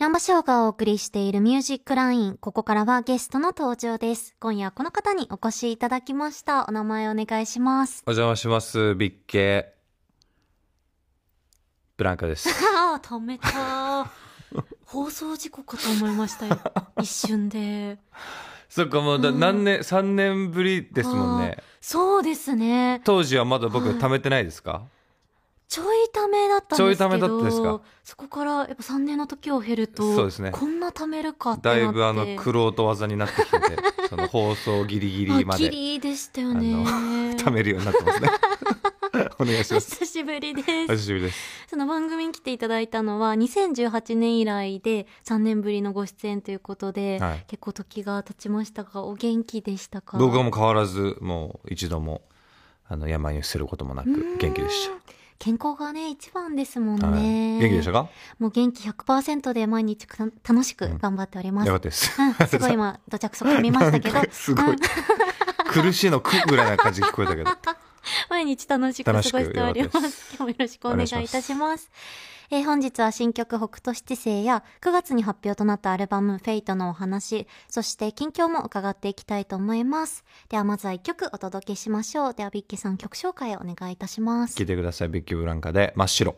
ヤンバショーがお送りしているミュージックライン。ここからはゲストの登場です。今夜はこの方にお越しいただきました。お名前お願いします。 お邪魔します。ビッケブランカです。 ああ、止めた。放送事故かと思いましたよ。一瞬で。 そっか、もう何年、3年ぶりですもんね。 そうですね。 当時はまだ僕貯めてないですか？ ちょいためだったんですけど、 ちょいためだったですか？ そこからやっぱ3年の時を経ると、 そうですね、 こんなためるかってなって、 だいぶクロート技になってきててその放送ギリギリまでギリでしたよね。 貯めるようになってますねお願いします。 久しぶりです。 お久しぶりです。 その番組に来ていただいたのは2018年以来で3年ぶりのご出演ということで、はい、結構時が経ちましたがお元気でしたか？ 僕はもう変わらず、もう一度も病に伏せることもなく元気でした。 健康がね一番ですもんね、 はい、元気でしたか？ もう元気 100% で毎日楽しく頑張っております、 よかったです、 すごい今どちゃくそ噛みましたけどすごい、苦しいのくぐらいな感じ聞こえたけど毎日楽しく過ごしております。今日もよろしくお願いいたします。本日は新曲北斗七星や9月に発表となったアルバムフェイトのお話、そして近況も伺っていきたいと思います。ではまずは1曲お届けしましょう。ではビッキーさん曲紹介をお願いいたします。 聞いてください。ビッキーブランカで真っ白。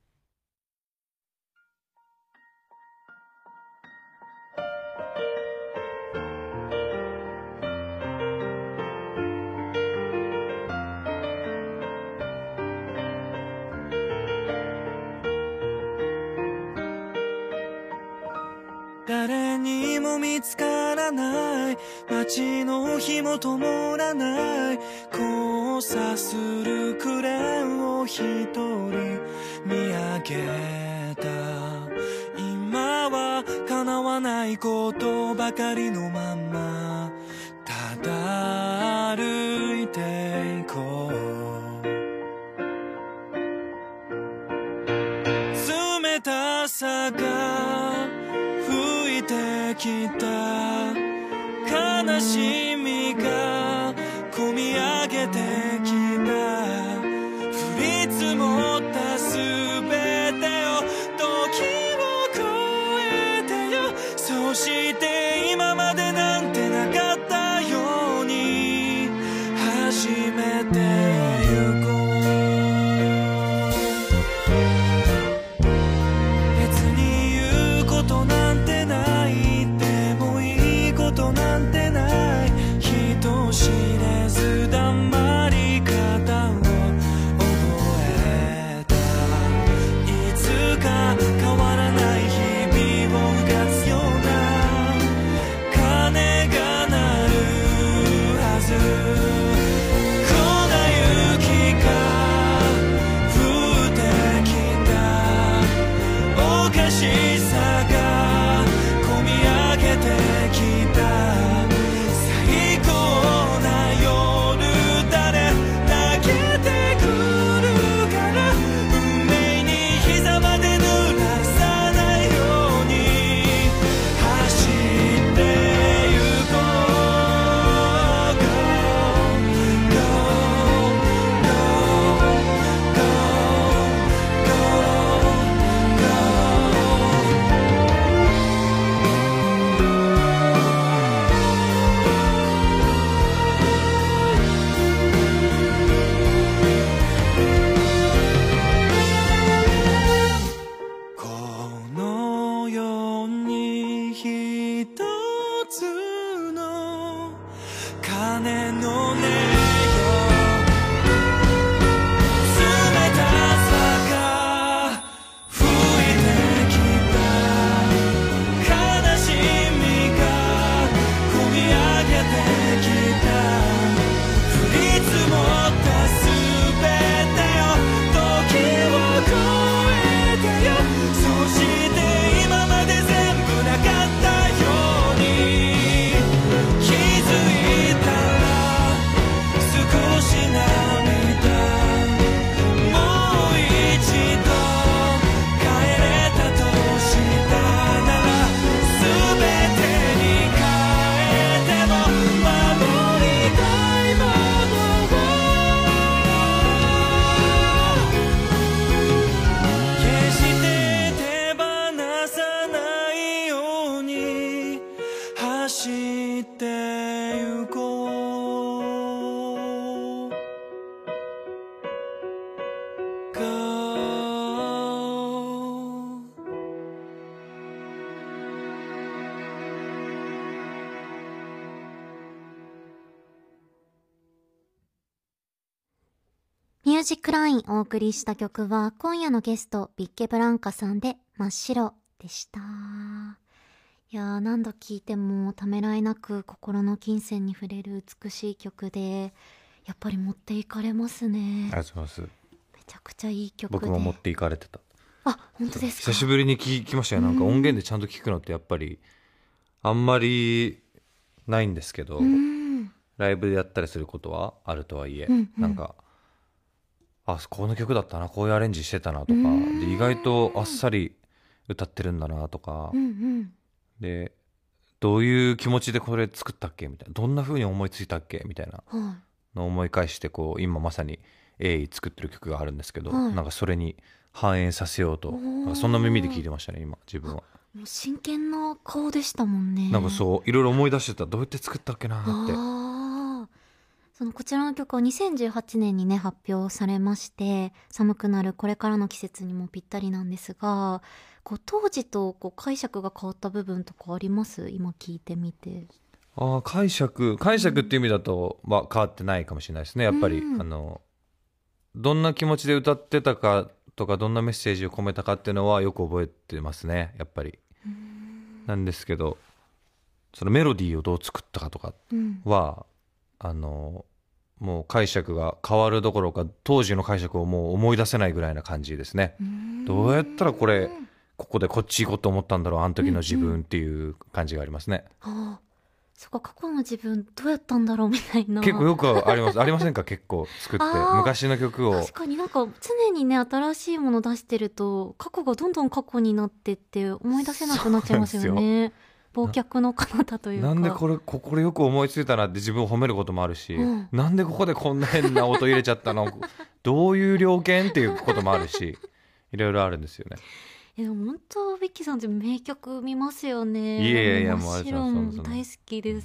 誰にも見つからない街の火も灯らない交差するクレーンを一人見上げた。今は叶わないことばかりのままただ歩いていこう。冷たさが吹いてきた悲しみが込み上げてきた。降り積もったすべてを時を超えてよ。そして今までなんてなかったように始めてゆこう。別に言うことなんてないでもいいことなんてない。人知れず黙り方を覚えた。いつか変わらない日々をうがつような鐘が鳴るはず。粉雪が降ってきた。おかしさが込み上げてきた。最高な夜誰泣けてくるから運命に膝まで濡らさないように走ってゆこう。Go, go, go, go, go, go, go ジックラインお送りした曲は今夜のゲストビッケブランカさんで真っ白でした。いやー、何度聴いてもためらいなく心の金銭に触れる美しい曲で、やっぱり持っていかれますね。 ありがとうございます。 めちゃくちゃいい曲で。 僕も持っていかれてた。 あ、本当ですか。 久しぶりに聞きましたよ。なんか音源でちゃんと聞くのってやっぱりあんまりないんですけど、ライブでやったりすることはあるとはいえ、なんかあ、この曲だったな、こういうアレンジしてたなとか、で意外とあっさり歌ってるんだなとか、でどういう気持ちでこれ作ったっけみたいな、どんな風に思いついたっけみたいなのを思い返して、こう今まさに鋭意作ってる曲があるんですけど、なんかそれに反映させようと、なんかそんな耳で聞いてましたね今自分は。 もう真剣な顔でしたもんね。 なんかそういろいろ思い出してた、どうやって作ったっけなって。 こちらの曲は2018年にね発表されまして、寒くなるこれからの季節にもぴったりなんですが、こう当時とこう解釈が変わった部分とかあります？今聞いてみて。 解釈っていう意味だと、変わってないかもしれないですね。やっぱり、どんな気持ちで歌ってたかとか、どんなメッセージを込めたかっていうのはよく覚えてますね、やっぱり。なんですけど、そのメロディーをどう作ったかとかは、もう解釈が変わるどころか、当時の解釈をもう思い出せないぐらいな感じですね。どうやったらここでこっち行こうと思ったんだろう、あの時の自分っていう感じがありますね。 そこ過去の自分どうやったんだろうみたいな。 結構よくあります。ありませんか？結構作って昔の曲を。 確かになんか常にね新しいもの出してると過去がどんどん過去になってって思い出せなくなっちゃいますよね。忘却の彼方というか。 なんでこれよく思いついたなって自分を褒めることもあるし、なんでここでこんな変な音入れちゃったのどういう了見っていうこともあるし、いろいろあるんですよね。 でも本当ビッキーさんって名曲見ますよね。 いやもうもちろん大好きです。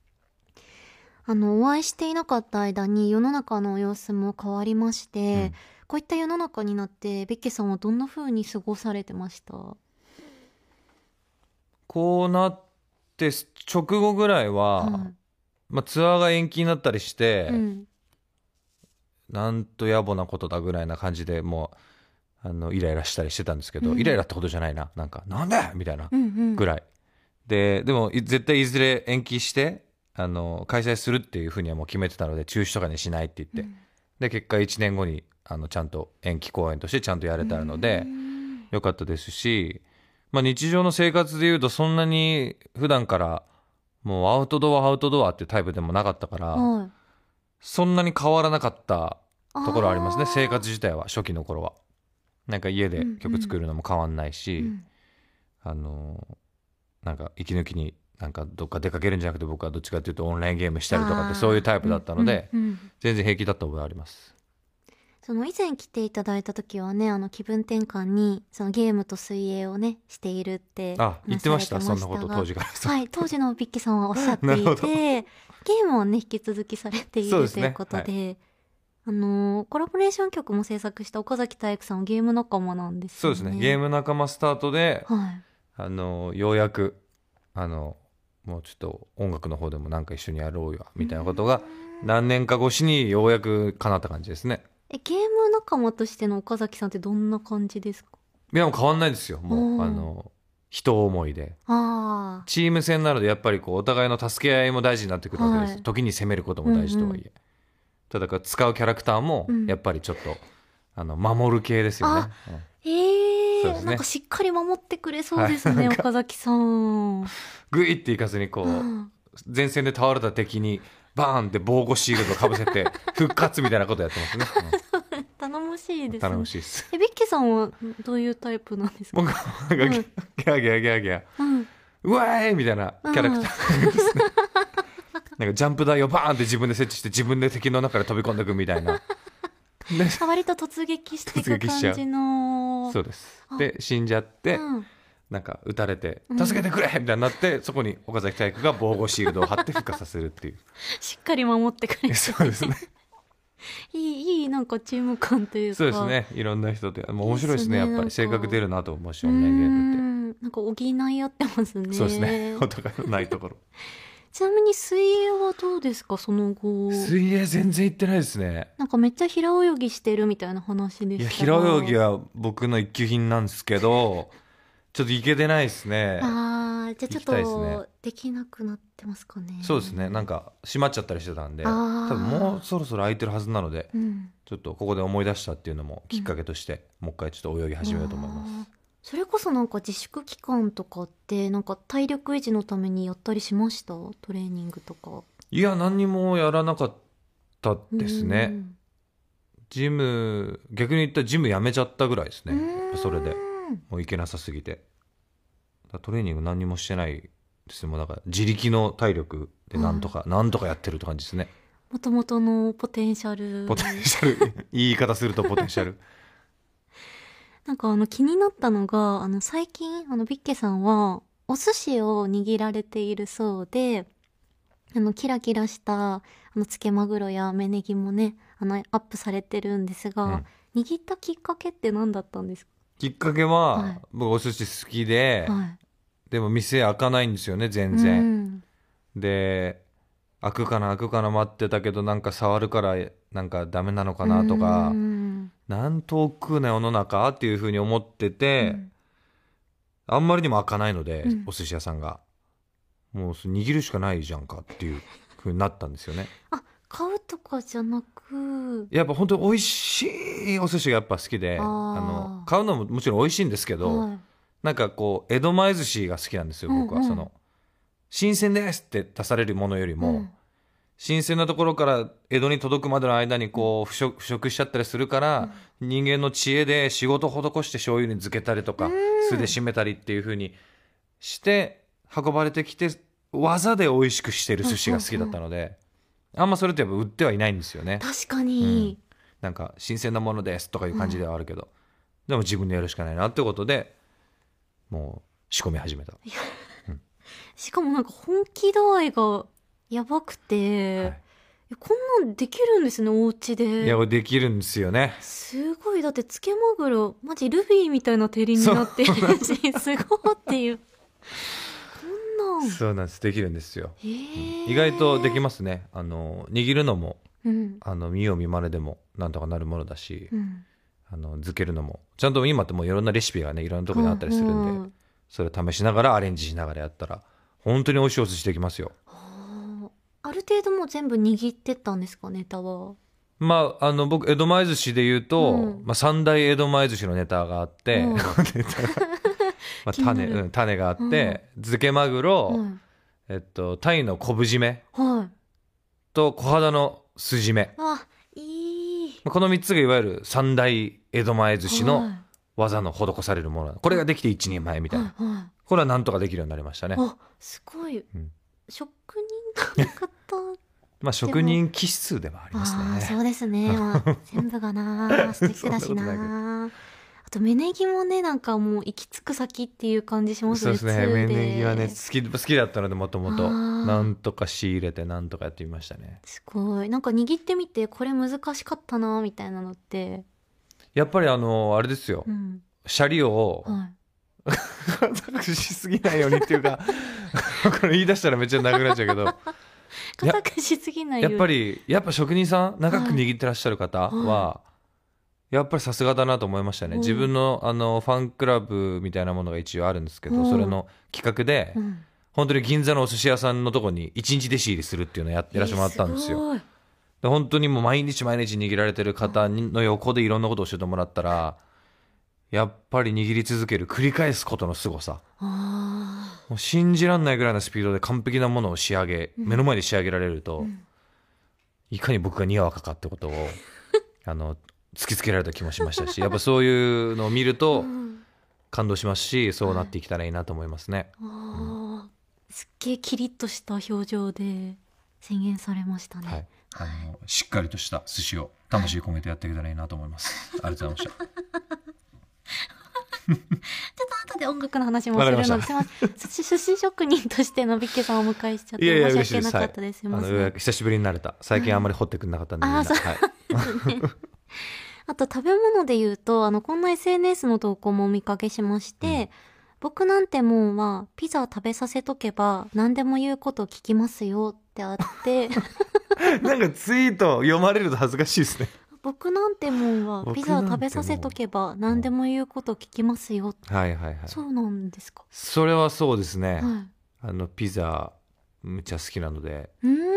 お会いしていなかった間に世の中の様子も変わりまして、こういった世の中になってビッキーさんはどんな風に過ごされてました？ こうなって直後ぐらいは、ツアーが延期になったりして、なんと野暮なことだぐらいな感じでもうイライラしたりしてたんですけど、イライラってことじゃないな、なんでみたいなぐらい、でも絶対いずれ延期して開催するっていうふうにはもう決めてたので、中止とかにしないって言って、で結果1年後にちゃんと延期公演としてちゃんとやれたのでよかったですし、日常の生活でいうとそんなに普段からもうアウトドアっていうタイプでもなかったから、そんなに変わらなかったところありますね。生活自体は初期の頃はなんか家で曲作るのも変わんないし、なんか息抜きになんかどっか出かけるんじゃなくて、僕はどっちかというとオンラインゲームしたりとかってそういうタイプだったので、全然平気だった覚えあります。 以前来ていただいた時はね、気分転換にそのゲームと水泳をねしているって言ってました。そんなこと当時からはい、当時のビッキーさんはおっしゃっていてゲームをね引き続きされているということで、コラボレーション曲も制作した岡崎体育さんはゲーム仲間なんですよね。 そうですね、ゲーム仲間スタートで、ようやくもうちょっと音楽の方でもなんか一緒にやろうよみたいなことが何年か越しにようやく叶った感じですね。 ゲーム仲間としての岡崎さんってどんな感じですか？ いやもう変わんないですよ。もう人思いで、チーム戦なのでやっぱりこうお互いの助け合いも大事になってくるわけです。時に攻めることも大事とはいえ、ただ使うキャラクターもやっぱりちょっと、守る系ですよね。 なんかしっかり守ってくれそうですね、岡崎さん。 グイっていかずにこう、前線で倒れた敵にバーンって防護シールドかぶせて復活みたいなことやってますね。 頼もしいですね。 頼もしいです。 ビッキーさんはどういうタイプなんですか？ 僕はなんかギャーギャーギャーギャー、うわーいみたいなキャラクターですね。なんかジャンプ台をバーンって自分で設置して自分で敵の中で飛び込んでいくみたいな。 割と突撃していく感じの。 そうです。で死んじゃって、なんか撃たれて助けてくれみたいになって、そこに岡崎体育が防護シールドを貼って復活させるっていう。 しっかり守ってくれる。 そうですね。 いいなんかチーム感というか。 そうですね。いろんな人でもう面白いですね。やっぱり性格出るなと思うし、オンラインゲームってなんか補い合ってますね。 そうですね。お互いのないところ。 ちなみに水泳はどうですか、その後。 水泳全然行ってないですね。 なんかめっちゃ平泳ぎしてるみたいな話でいや、 したが。 平泳ぎは僕の一級品なんですけど、ちょっと行けてないですね。 ああ、じゃあちょっ行きたいですねとできなくなってますかね。 そうですね。なんか閉まっちゃったりしてたんで、多あー分もうそろそろ空いてるはずなので、 うん。 ちょっとここで思い出したっていうのもきっかけとして、もう一回ちょっと泳ぎ始めようと思います。 あーそれこそなんか自粛期間とかってなんか体力維持のためにやったりしました？トレーニングとか。 いや、何にもやらなかったですうね。 んジム、逆に言ったらジムやめちゃったぐらいですね。やっぱそれで。 うんもう行けなさすぎて。だからトレーニング何にもしてないですよ。もうだから自力の体力でなんとかやってるって感じですね。 もともとのポテンシャル。 ポテンシャル、言い方するとポテンシャル。 なんか気になったのが、最近、ビッケさんは、お寿司を握られているそうで、キラキラした、漬けマグロや芽ネギもね、アップされてるんですが、握ったきっかけって何だったんですか？ きっかけは、 はい僕お寿司好きで、 はい。 でも店開かないんですよね、全う然。 んで、開くかな待ってたけど、なんか触るからなんかダメなのかなとか、 うんなんと食うな世の中っていうふうに思ってて、あんまりにも開かないので、 うんお寿司屋さんが。もう握るしかないじゃんかっていうふうになったんですよね。 あ、買うとかじゃなく、 やっぱ本当に美味しいお寿司がやっぱ好きで、買うのももちろん美味しいんですけど、 はいなんかこう江戸前寿司が好きなんですよ、僕は。 うんうんその新鮮ですって出されるものよりも、 うん新鮮なところから江戸に届くまでの間にこう腐食しちゃったりするから、人間の知恵で仕事を施して醤油に漬けたりとか、酢で締めたりっていう風にして運ばれてきて、技で美味しくしてる寿司が好きだったので、あんまそれってやっぱ売ってはいないんですよね。 確かに、 なんか新鮮なものですとかいう感じではあるけど、でも自分でやるしかないなってことで、もう仕込み始めた。 しかもなんか本気度合いがやばくて、 はいこんなんできるんですね、お家で。 いや、これできるんですよね。 すごい。だって漬けマグロマジルビーみたいな照りになってるし、すごいっていう。こんなんそうなんです。できるんですよ。 意意外とできますね。握るのも、 うん見よう見まねでもなんとかなるものだし、 うん漬けるのもちゃんと今ってもういろんなレシピがね、いろんなところにあったりするんで、 うんそれを試しながらアレンジしながらやったら本当に美味しいお寿司できますよ。 ある程度もう全部握ってったんですか、ネタは。 まあ僕江戸前寿司で言うと、 うん三大江戸前寿司のネタがあって、 うんネタがまあ気になる種があって、漬けマグロ、鯛の昆布締めはい。 と小肌の酢締め、 あ、いい。 この3つがいわゆる三大江戸前寿司のはい技の施されるもの、これができて一人前みたいな、 はいはいこれはなんとかできるようになりましたね。 あ、すごい。 ん職人の方。 まあ職人気質ではありますああ、 ね。 そうですね。まあ全部がな、素敵だしそんなことな。あと芽ネギもね、なんかもう行き着く先っていう感じしますね。 そうですね。 2 芽でネギはね好きだったので、もともとあーなんとか仕入れてなんとかやってみましたね。 すごい。なんか握ってみてこれ難しかったなみたいなのって。 やっぱりあれですよ、 うん。 シャリをはい。 硬くしすぎないようにっていうかこれ言い出したらめっちゃ長くなっちゃうけど硬くしすぎないように。 やっぱ職人さん長く握ってらっしゃる方は、やっぱりさすがだなと思いましたね。 うん自分のファンクラブみたいなものが一応あるんですけど、 うんそれの企画で、 うん。 本当に銀座のお寿司屋さんのとこに一日弟子入りするっていうのをやらせてもらったんですよ。 ごい。 で本当にもう毎日握られてる方の横でいろんなことを教えてもらったら、やっぱり握り続ける、繰り返すことの凄さ、 あもう信じらんないぐらいのスピードで完璧なものを仕上げ、目の前で仕上げられると、 んいかに僕がにわかかってことを突きつけられた気もしましたし、やっぱそういうのを見るあ。 とうん感動しますし、そうなっていけたらいいなと思いますね。 あーすっげえキリッとした表情で宣言されましたね。 はい、しっかりとした寿司を魂込めてやっていけたらいいなと思います。ありがとうございました。 ちょっと後で音楽の話もするので、すみません。寿司職人としてのビッケさんをお迎えしちゃって申し訳なかったです。すみません。 ようやく久しぶりになれた。最近あんまり掘ってくれなかったんで、みんな。 そうはい。 あと食べ物で言うと、こんな SNS の投稿もお見かけしまして、 僕なんてもんはピザ食べさせとけば何でも言うこと聞きますよってあってなんかツイート読まれると恥ずかしいですね。 僕なんてもんはピザ食べさせとけば何でも言うこと聞きますよ。 はいはいはい。 そうなんですか。 それはそうですね。 はい、 ピザむっちゃ好きなので。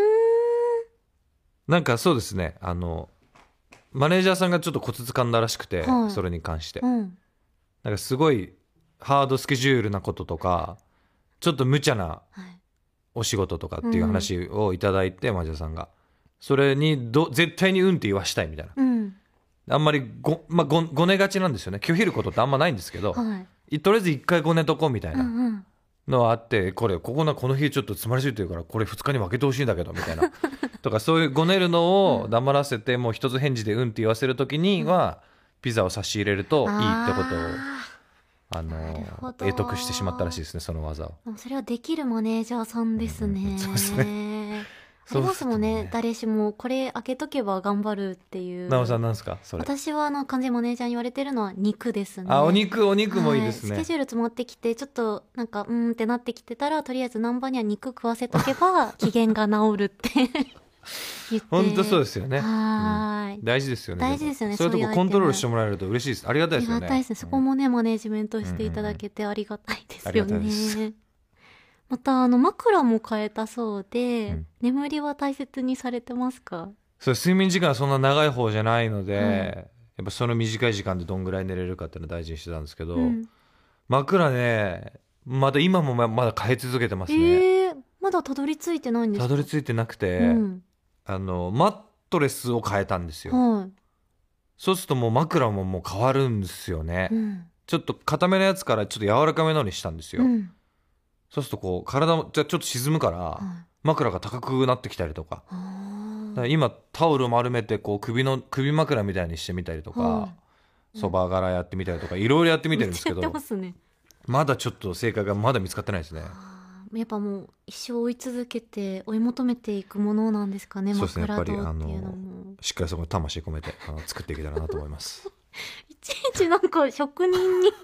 うなんかそうですね。マネージャーさんがちょっとコツ掴んだらしくて、 はい、 それに関して、 なんかすごいハードスケジュールなこととかちょっと無茶なお仕事とかっていう話をいただいて、マネージャーさんがそれに絶対にって言わしたいみたいな、あんまりごねがちなんですよね。拒否ることってあんまないんですけど、はい、とりあえず一回ごねとこうみたいなのはあって、この日ちょっと詰まりすぎてるからこれ2日に分けてほしいんだけどみたいなとか、そういうごねるのを黙らせて、もう一つ返事でって言わせるときにはピザを差し入れるといいってことを得得してしまったらしいですね、その技を。 それはできるマネージャーさんですね。 そうですね。 ありますもんね、誰しもこれ開けとけば頑張るっていう。 なおさんなんですかそれ。 私は完全マネージャーに言われてるのは肉ですね。 お肉もいいですね、 はい、スケジュール詰まってきてちょっとなんかってなってきてたら、とりあえず南波には肉食わせとけば機嫌が治るって言って。 本当そうですよね。 はい、 大事ですよね。 大事ですよね。 そういうとこコントロールしてもらえると嬉しいです。ありがたいですよね。 ありがたいですね。そこもね、マネージメントしていただけてありがたいですよね。また枕も変えたそうで、眠りは大切にされてますか？ そう、睡眠時間はそんな長い方じゃないので、やっぱその短い時間でどんぐらい寝れるかっていうのを大事にしてたんですけど、枕ね、まだ今もまだ変え続けてますね。 まだたどり着いてないんですか？ たどり着いてなくて、マットレスを変えたんですよ。そうするともう枕ももう変わるんですよね。ちょっと固めのやつからちょっと柔らかめのにしたんですよ。そうすると体もちょっと沈むから、枕が高くなってきたりとか。だから今タオル丸めて首枕みたいにしてみたりとか、そば柄やってみたりとか、いろいろやってみてるんですけど、まだちょっと正解がまだ見つかってないですね。 やっぱもう一生追い続けて追い求めていくものなんですかね。 そうですね、やっぱりしっかりそこに魂込めて作っていけたらなと思いますいちいちなんか職人に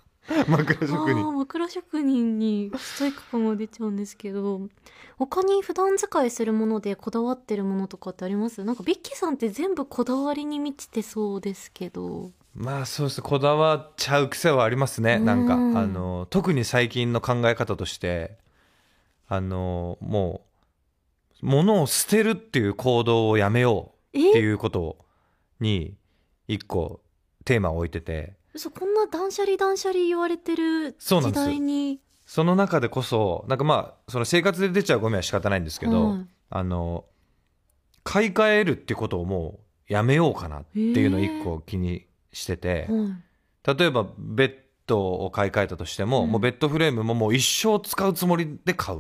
枕職人にストイック感が出ちゃうんですけど、他に普段使いするものでこだわってるものとかってあります？なんかビッキーさんって全部こだわりに満ちてそうですけど。 まあそうです、こだわっちゃう癖はありますね。なんか特に最近の考え方としてもう物を捨てるっていう行動をやめようっていうことに一個テーマを置いてて。 こんな断捨離言われてる時代に。 その中でこそなんかその生活で出ちゃうゴミは仕方ないんですけど、買い替えるっていうことをもうやめようかなっていうのを一個気にしてて、例えばベッドを買い替えたとしても、もうベッドフレームももう一生使うつもりで買う。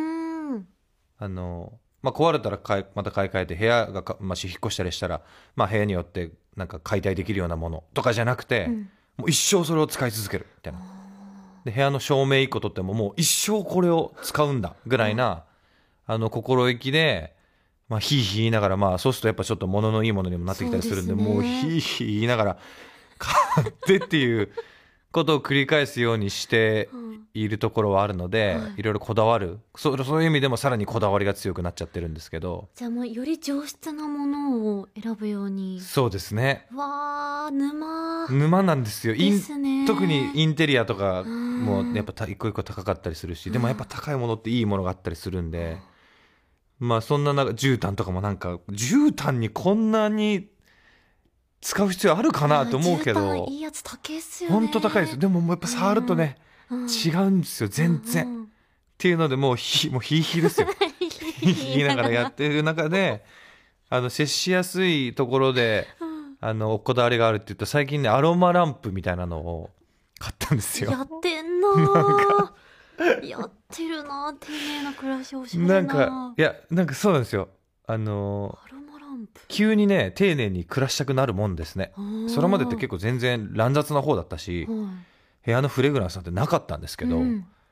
壊れたらまた買い替えて、部屋が引っ越したりしたら、部屋によってなんか解体できるようなものとかじゃなくて、もう一生それを使い続けるみたいな。で部屋の照明1個取ってももう一生これを使うんだぐらいな心意気で、ヒーヒー言いながら、そうするとやっぱちょっと物のいいものにもなってきたりするんで、もうヒーヒー言いながら買ってっていうことを繰り返すようにしているところはあるので、いろいろこだわる、そういう意味でもさらにこだわりが強くなっちゃってるんですけど。 じゃあもうより上質なものを選ぶように。 そうですね。 わー、 沼なんですよ。 ですね。 特にインテリアとかもやっぱ一個一個高かったりするし、でもやっぱ高いものっていいものがあったりするんで、そんな絨毯とかもなんか絨毯にこんなに使う必要あるかなと思うけど、 いいやつ高いっすよね。 本当高いです。でもやっぱ触るとね、違うんですよ全然、っていうのでもうヒーヒーですよ言いながらやってる中で接しやすいところでこだわりがあるって言うと、最近ねアロマランプみたいなのを買ったんですよ。 やってんなやってるな、丁寧な暮らしをしな。 なんかそうなんですよ。 アロマランプ急にね丁寧に暮らしたくなるもんですね。それまでって結構全然乱雑な方だったし、部屋のフレグランスなんてなかったんですけど、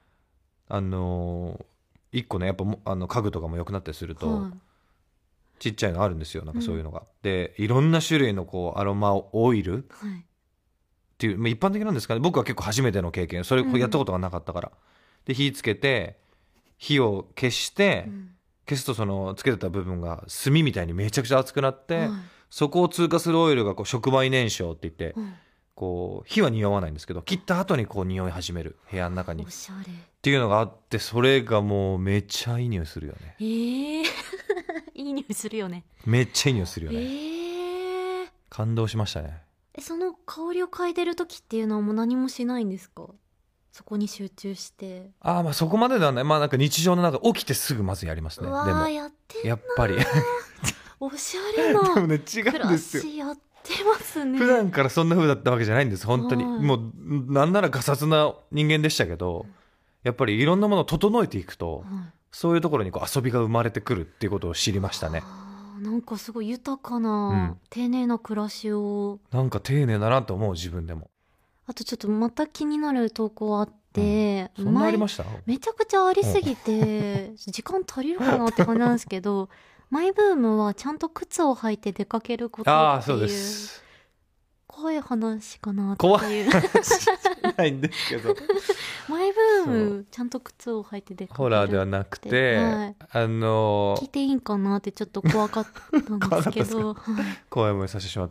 一個ねやっぱ家具とかも良くなったりすると、ちっちゃいのあるんですよ、なんかそういうのが、でいろんな種類のアロマオイル、 っていう、まあ、一般的なんですかね。僕は結構初めての経験、それやったことがなかったから、で火つけて火を消して、消すとそのつけてた部分が炭みたいにめちゃくちゃ熱くなって、そこを通過するオイルがこう触媒燃焼って言って、こう火は匂わないんですけど、切った後にこう匂い始める、部屋の中におしゃれっていうのがあって、それがもうめっちゃいい匂いするよね。 いい匂いするよね。 めっちゃいい匂いするよね。感動しましたね。 その香りを嗅いでる時っていうのはもう何もしないんですか？そこに集中して。 まあそこまでではない。まあなんか日常の中起きてすぐまずやりますね。 うわでもやってんな、 やっぱりおしゃれなでもね違うんですよ。 暮らしやってますね。 普段からそんな風だったわけじゃないんです本当に。もうなんならガサツな人間でしたけど、やっぱりいろんなものを整えていくと、そういうところにこう遊びが生まれてくるっていうことを知りましたね。 なんかすごい豊かな、丁寧な暮らしを。 なんか丁寧だなと思う自分でも。 あとちょっとまた気になる投稿あって、 そんなありました？ めちゃくちゃありすぎて時間足りるかなって感じなんですけどマイブームはちゃんと靴を履いて出かけることっていう。 そうです。 怖い話かなっていう。 怖い話じゃないんですけどマイブームちゃんと靴を履いて出かけるホラーではなくて、 聞いていいんかなってちょっと怖かったんですけど怖い思いさせてしまって、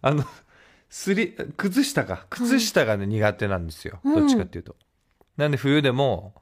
靴下がね、苦手なんですよ、どっちかっていうと。なんで冬でも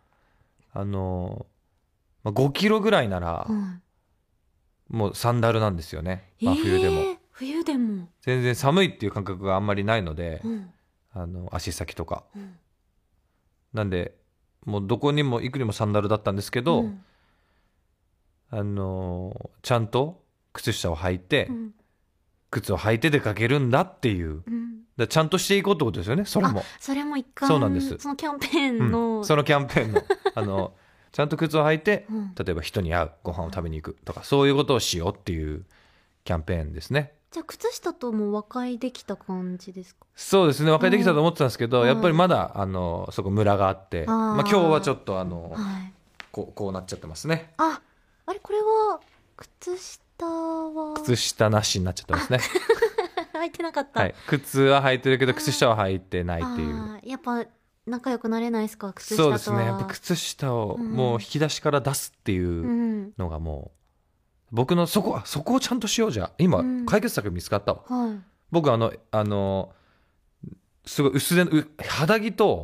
5キロぐらいなら、もうサンダルなんですよね、冬でも。 冬でも全然寒いっていう感覚があんまりないので、足先とか、なんでもうどこにも行くにもサンダルだったんですけど、ちゃんと靴下を履いて、靴を履いて出かけるんだっていう、ちゃんとしていこうってことですよね。それも一環。そうなんです。 そのキャンペーンの、 そのキャンペーンのちゃんと靴を履いて、例えば人に会う、ご飯を食べに行くとか、そういうことをしようっていうキャンペーンですね。 じゃあ靴下とも和解できた感じですか？ そうですね、和解できたと思ってたんですけど、やっぱりまだそこムラがあって、今日はちょっとこうなっちゃってますね。 あれこれは靴下なしになっちゃってますね履いてなかった、 靴は履いてるけど靴下は履いてないっていう。 やっぱ仲良くなれないですか、靴下とは。 そうですね、やっぱ靴下をもう引き出しから出すっていうのがもう、僕のそこをちゃんとしよう。じゃあ今、解決策見つかったわ、僕すごい薄手の肌着と、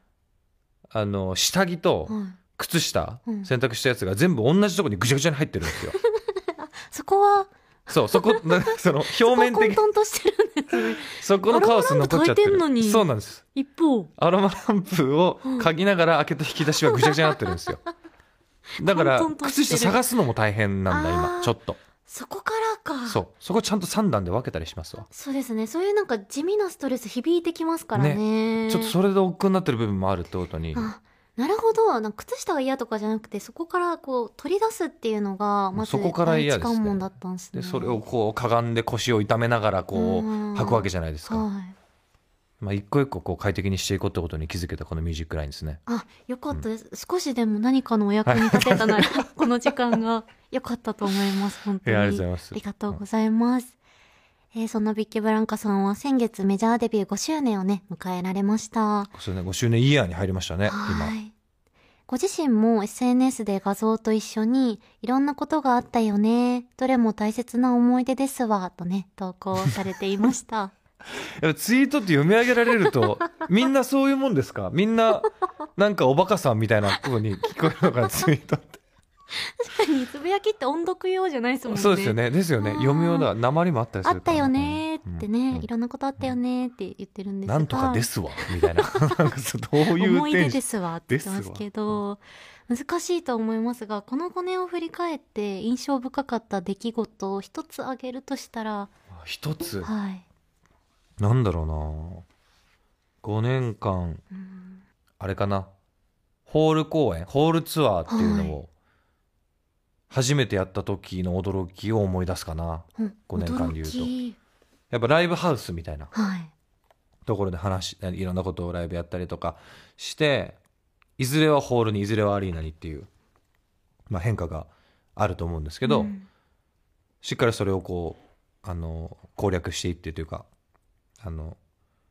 下着と、靴下、洗濯したやつが全部同じところにぐちゃぐちゃに入ってるんですよそこはその表面的混沌としてるんですねそこのカオス残っちゃってる。そうなんです。 一方アロマランプを嗅ぎながら開けた引き出しはぐちゃぐちゃになってるんですよだから靴下探すのも大変なんだ今ちょっと。 そこからか。 そこちゃんと3段で分けたりしますわ。 そうですね、そういうなんか地味なストレス響いてきますからね。 ちょっとそれで億劫になってる部分もあるってことに。 なるほど。なんか靴下が嫌とかじゃなくて、そこからこう取り出すっていうのがまずそこから嫌ですね。 第一関門だったんですね。 でそれをこうかがんで腰を痛めながらこう履くわけじゃないですか。一個一個こう快適にしていこうってことに気づけたこのミュージックラインですね。 よかったです、少しでも何かのお役に立てたならこの時間が良かったと思います。本当にありがとうございます。 ありがとうございます。そのビッケブランカさんは先月メジャーデビュー5周年をね迎えられました。 5周年イヤーに入りましたね。今ご自身も SNS で画像と一緒にいろんなことがあったよね、どれも大切な思い出ですわとね投稿されていましたツイートって読み上げられるとみんなそういうもんですか？みんななんかおバカさんみたいな風に聞こえるのかなツイートって確かにつぶやきって音読用じゃないですもんね。 そうですよね。読み用だ。訛りもあったりするあったよねってね、いろんなことあったよねって言ってるんですが、 なんとかですわみたいななんかどういう思い出ですわって言ってますけど、難しいと思いますが、この5年を振り返って印象深かった出来事を一つ挙げるとしたら。 一つ、なんだろうな、5年間、あれかな、ホール公演、ホールツアーっていうのを初めてやった時の驚きを思い出すかな、5年間でいうと。やっぱライブハウスみたいなところでいろんなことをライブやったりとかして、いずれはホールにいずれはアリーナにっていう、変化があると思うんですけど、しっかりそれをこう攻略していってというか、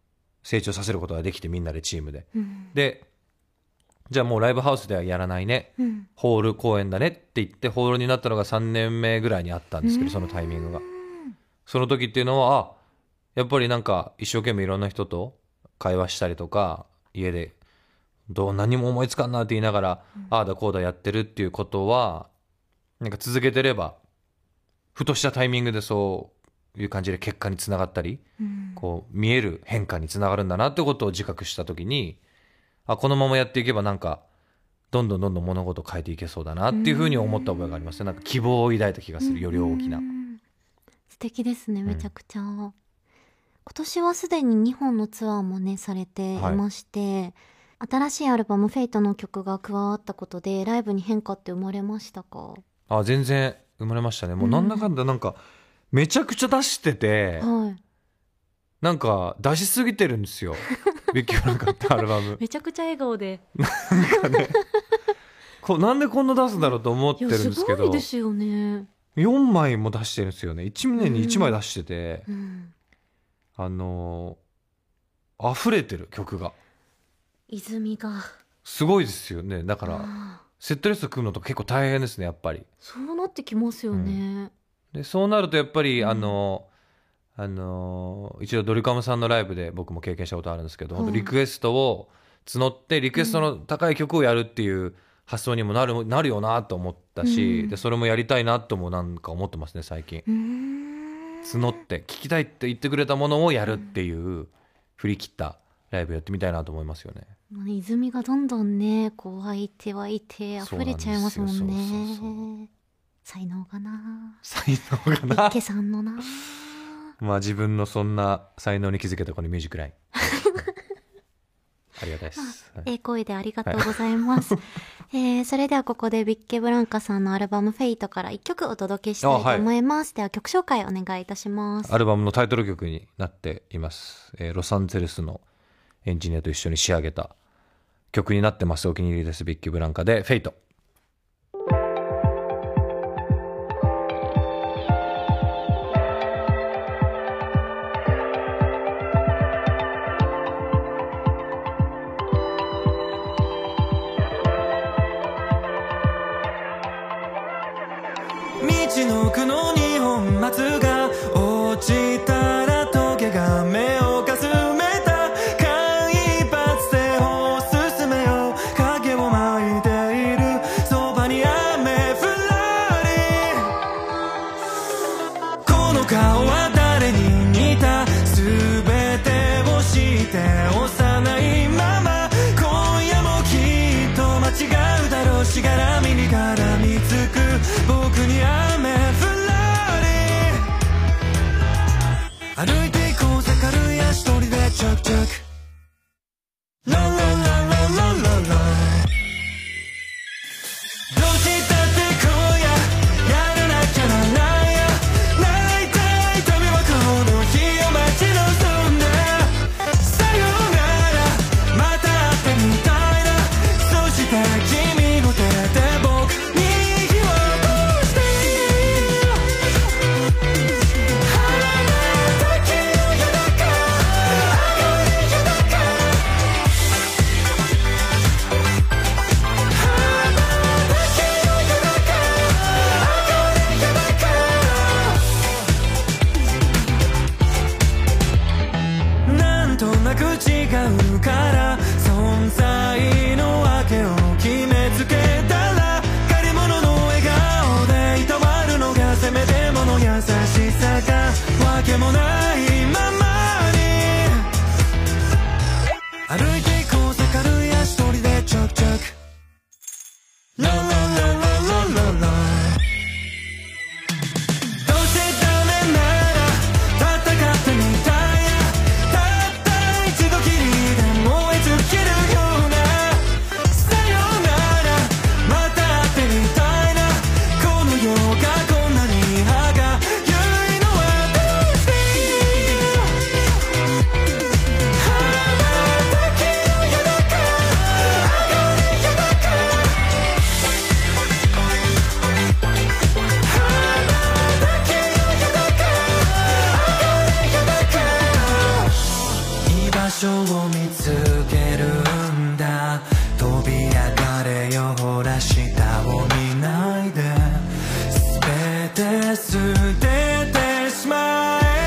成長させることができて、みんなでチームで、 うん、 でじゃあもうライブハウスではやらないね、 うん、 ホール公演だねって言ってホールになったのが3年目ぐらいにあったんですけど、そのタイミングが、その時っていうのはやっぱりなんか一生懸命いろんな人と会話したりとか、家で何も思いつかんなって言いながら、ああだこうだやってるっていうことはなんか続けてればふとしたタイミングでそういう感じで結果につながったり、こう見える変化につながるんだなってことを自覚した時に、このままやっていけばなんかどんどん物事を変えていけそうだなっていうふうに思った覚えがありますね。なんか希望を抱いた気がする、より大きな。 素敵ですね、めちゃくちゃ、今年はすでに2本のツアーもねされていまして、新しいアルバム「フェイト」の曲が加わったことでライブに変化って生まれましたか？ 全然生まれましたね。もうなんだかんだなんかめちゃくちゃ出してて、なんか出しすぎてるんですよビッキーブランカってアルバムめちゃくちゃ笑顔でなんかねなんでこんな出すんだろうと思ってるんですけど、 すごいですよね。 4枚も出してるんですよね。1年に1枚出してて、溢れてる曲が、 泉がすごいですよね。だからセットリスト組むのと結構大変ですね、やっぱり。 そうなってきますよね、 でそうなるとやっぱり、一度ドリカムさんのライブで僕も経験したことあるんですけど、本当リクエストを募ってリクエストの高い曲をやるっていう発想にもなるよなと思ったし、でそれもやりたいなともなんか思ってますね最近。募って聴きたいって言ってくれたものをやるっていう振り切ったライブやってみたいなと思いますよね。 泉がどんどんねこう湧いて溢れちゃいますもんね。才能がなビッケさんのな自分のそんな才能に気づけたこのミュージックラインありがたいです。 声でありがとうございます、それではここでビッケブランカさんのアルバム「フェイト」から1曲お届けしたいと思います。では曲紹介お願いいたします。 アルバムのタイトル曲になっています、ロサンゼルスのエンジニアと一緒に仕上げた曲になってます。お気に入りです。ビッキーブランカで「フェイト」。 道の奥の二本松が落ちたらトゲが目をかすめた間一髪で歩を進めよう。影を巻いているそばに雨降らり、この顔は誰に似た、全てを知って幼いまま今夜もきっと間違うだろう。しがらみに絡みつく僕に雨降らり、歩いて行こうぜ軽い足取りでチャクチャクラララララララ、どうしたって今夜やらなきゃならないや、泣いたい旅はこの日を待ち望んで、さよならまた会ってみたいな、そして君の手で僕になんとなく違うから存在の訳を決めつけたら、借り物の笑顔でいたわるのがせめてもの優しさがわけもないままに、歩いて行こうぜ軽い足取りでチャクチャクラララララララ、どうせダメなら戦ってみたいや、たった一度きりで燃え尽きるような、さよならまた会ってみたいな、この世がこんなに歯がゆいのはどうして羽ばたきの夜中上がり夜中飛び上がれよほら下を見ないで全て捨ててしまえ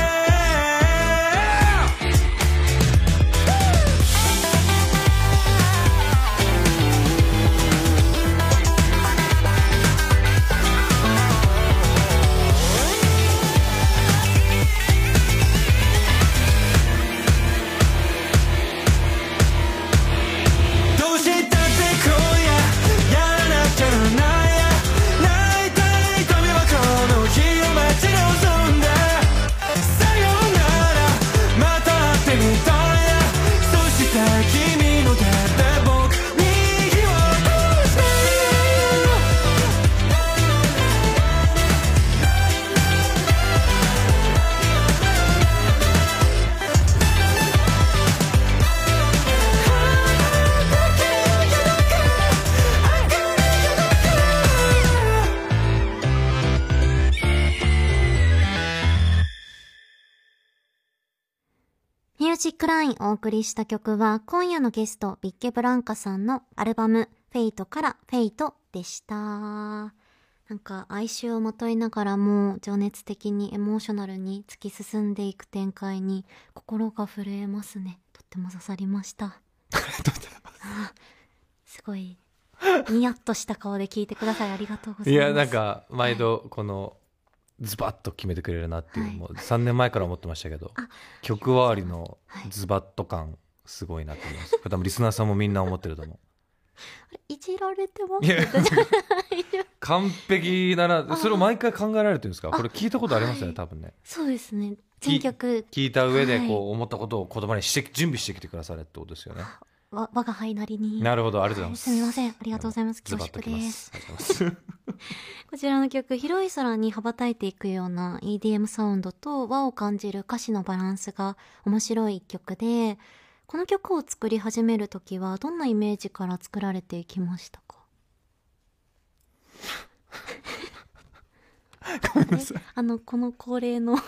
ミュージックラインお送りした曲は今夜のゲストビッケブランカさんのアルバムフェイトからフェイトでした。なんか哀愁をまといながらも情熱的にエモーショナルに突き進んでいく展開に心が震えますね。とっても刺さりました。すごいニヤッとした顔で聞いてください。ありがとうございます。 いやなんか毎度このズバッと決めてくれるなっていう、はい、もう3年前から思ってましたけど曲周りのズバッと感すごいなって思います、はい、多分リスナーさんもみんな思ってると思う。 いじられてます完璧だな。それを毎回考えられてるんですか。これ聞いたことありますよね、多分ね。 そうですね。全曲聞いた上でこう思ったことを言葉にして準備してきてくださるってことですよね。 我が輩なりに。 なるほど、ありがとうございます。 すみません、ありがとうございます。恐縮です。こちらの曲、広い空に羽ばたいていくような EDM サウンドと和を感じる歌詞のバランスが面白い一曲で、この曲を作り始めるときはどんなイメージから作られていきましたか？ ごめんなさい。 この恒例の違う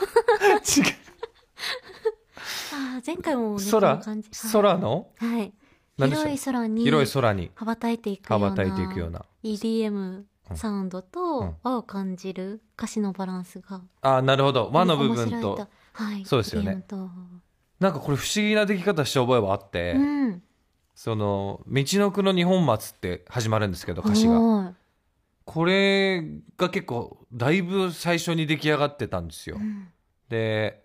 前回もね、 空の、 はい、広い空に羽ばたいていくような EDM サウンドと和を感じる歌詞のバランスが、 なるほど、和の部分と、 はい、 そうですよね。なんかこれ不思議な出来方した覚えはあって、その道のくの二本松って始まるんですけど、歌詞がこれが結構だいぶ最初に出来上がってたんですよ、で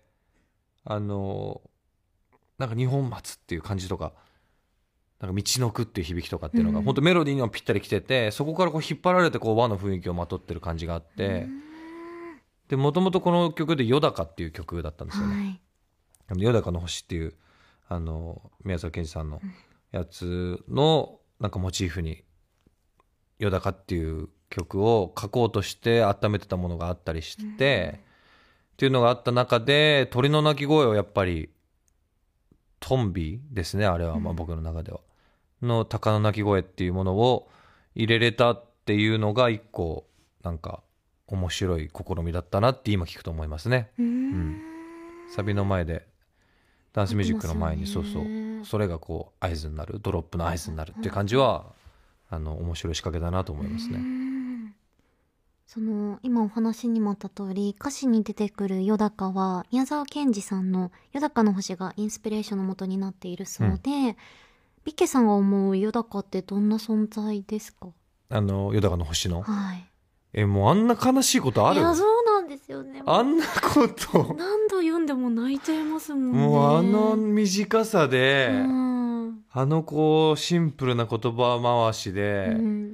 なんか二本松っていう感じとか、なんか道のくっていう響きとかっていうのが、本当メロディーにもぴったりきてて、そこからこう引っ張られてこう和の雰囲気をまとってる感じがあって、でもともとこの曲でよだかっていう曲だったんですよね、よだかの星っていう宮沢賢治さんのやつのなんかモチーフによだかっていう曲を書こうとして温めてたものがあったりして、っていうのがあった中で鳥の鳴き声をやっぱりトンビですね、あれはまあ僕の中ではの鷹の鳴き声っていうものを入れれたっていうのが一個なんか面白い試みだったなって今聞くと思いますね。サビの前でダンスミュージックの前にそれがこう合図になる、ドロップの合図になるっていう感じは面白い仕掛けだなと思いますね。 その今お話にもあった通り、歌詞に出てくるよだかは宮沢賢治さんのよだかの星がインスピレーションの元になっているそうで、ビッケさんが思うよだかってどんな存在ですか？ よだかの星の、 はい、 もうあんな悲しいことある？ いやそうなんですよね。 あんなこと何度読んでも泣いちゃいますもんね。 もう短さで、こうシンプルな言葉回しで、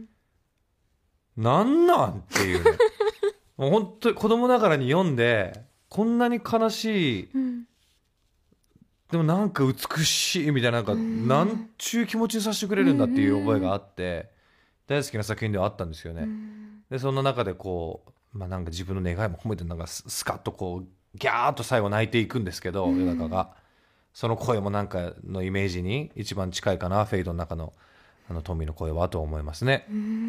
なんなんっていうねもう本当に子供ながらに読んで、こんなに悲しい、でもなんか美しいみたいな、なんちゅう気持ちにさせてくれるんだっていう覚えがあって、大好きな作品ではあったんですよね。でそんな中でこう、なんか自分の願いも込めてなんかスカッとこうギャーッと最後泣いていくんですけど、よだかがその声もなんかのイメージに一番近いかな、フェイドの中のトミーの声はと思いますね。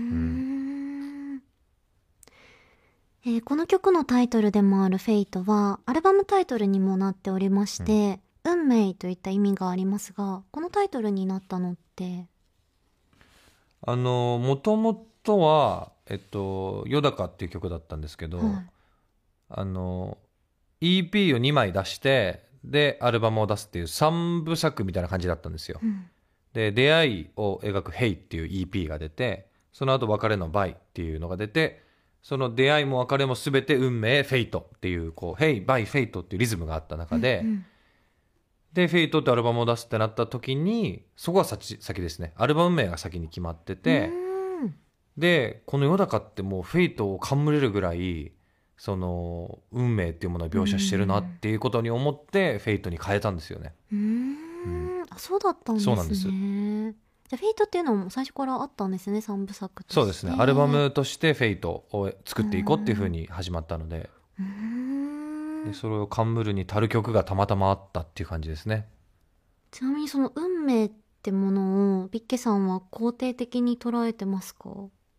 この曲のタイトルでもあるフェイトはアルバムタイトルにもなっておりまして、運命といった意味がありますが、このタイトルになったのってもともとはよだかっていう曲だったんですけど、EP を2枚出してでアルバムを出すっていう3部作みたいな感じだったんですよ、で出会いを描く Hey っていう EP が出て、その後別れの Bye っていうのが出て、その出会いも別れも全て運命フェイトっていうこう Hey Bye フェイトっていうリズムがあった中で、でフェイトってアルバムを出すってなった時にそこは先ですね。アルバム名が先に決まってて、でこのよだかってもうフェイトを冠れるぐらいその運命っていうものを描写してるなっていうことに思ってフェイトに変えたんですよね。 あ、そうだったんですね。 そうなんです。じゃあフェイトっていうのも最初からあったんですね、3部作として。 そうですね、アルバムとしてフェイトを作っていこうっていう風に始まったので、でそれを冠に足る曲がたまたまあったっていう感じですね。 ちなみにその運命ってものをビッケさんは肯定的に捉えてますか？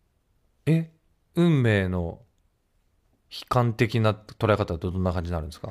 運命の悲観的な捉え方はどんな感じになるんですか？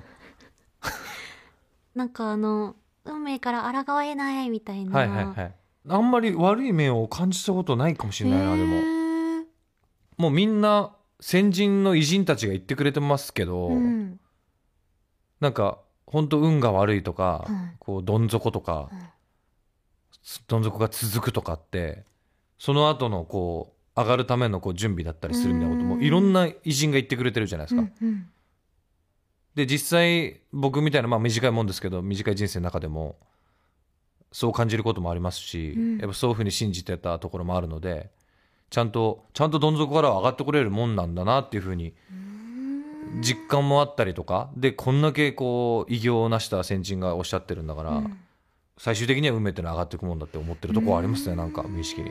なんか運命から抗えないみたいな。 はいはいはい。あんまり悪い面を感じたことないかもしれないな。でももうみんな先人の偉人たちが言ってくれてますけど、なんか本当運が悪いとか、こうどん底とか、どん底が続くとかってその後のこう上がるためのこう準備だったりするみたいなこともいろんな偉人が言ってくれてるじゃないですか。で実際僕みたいな、短いもんですけど短い人生の中でもそう感じることもありますし、やっぱそういうふうに信じてたところもあるので、ちゃんとどん底からは上がってこれるもんなんだなっていうふうに実感もあったりとかで、こんだけこう偉業を成した先人がおっしゃってるんだから、最終的には運命ってのは上がっていくもんだって思ってるところはありますね、なんか無意識に。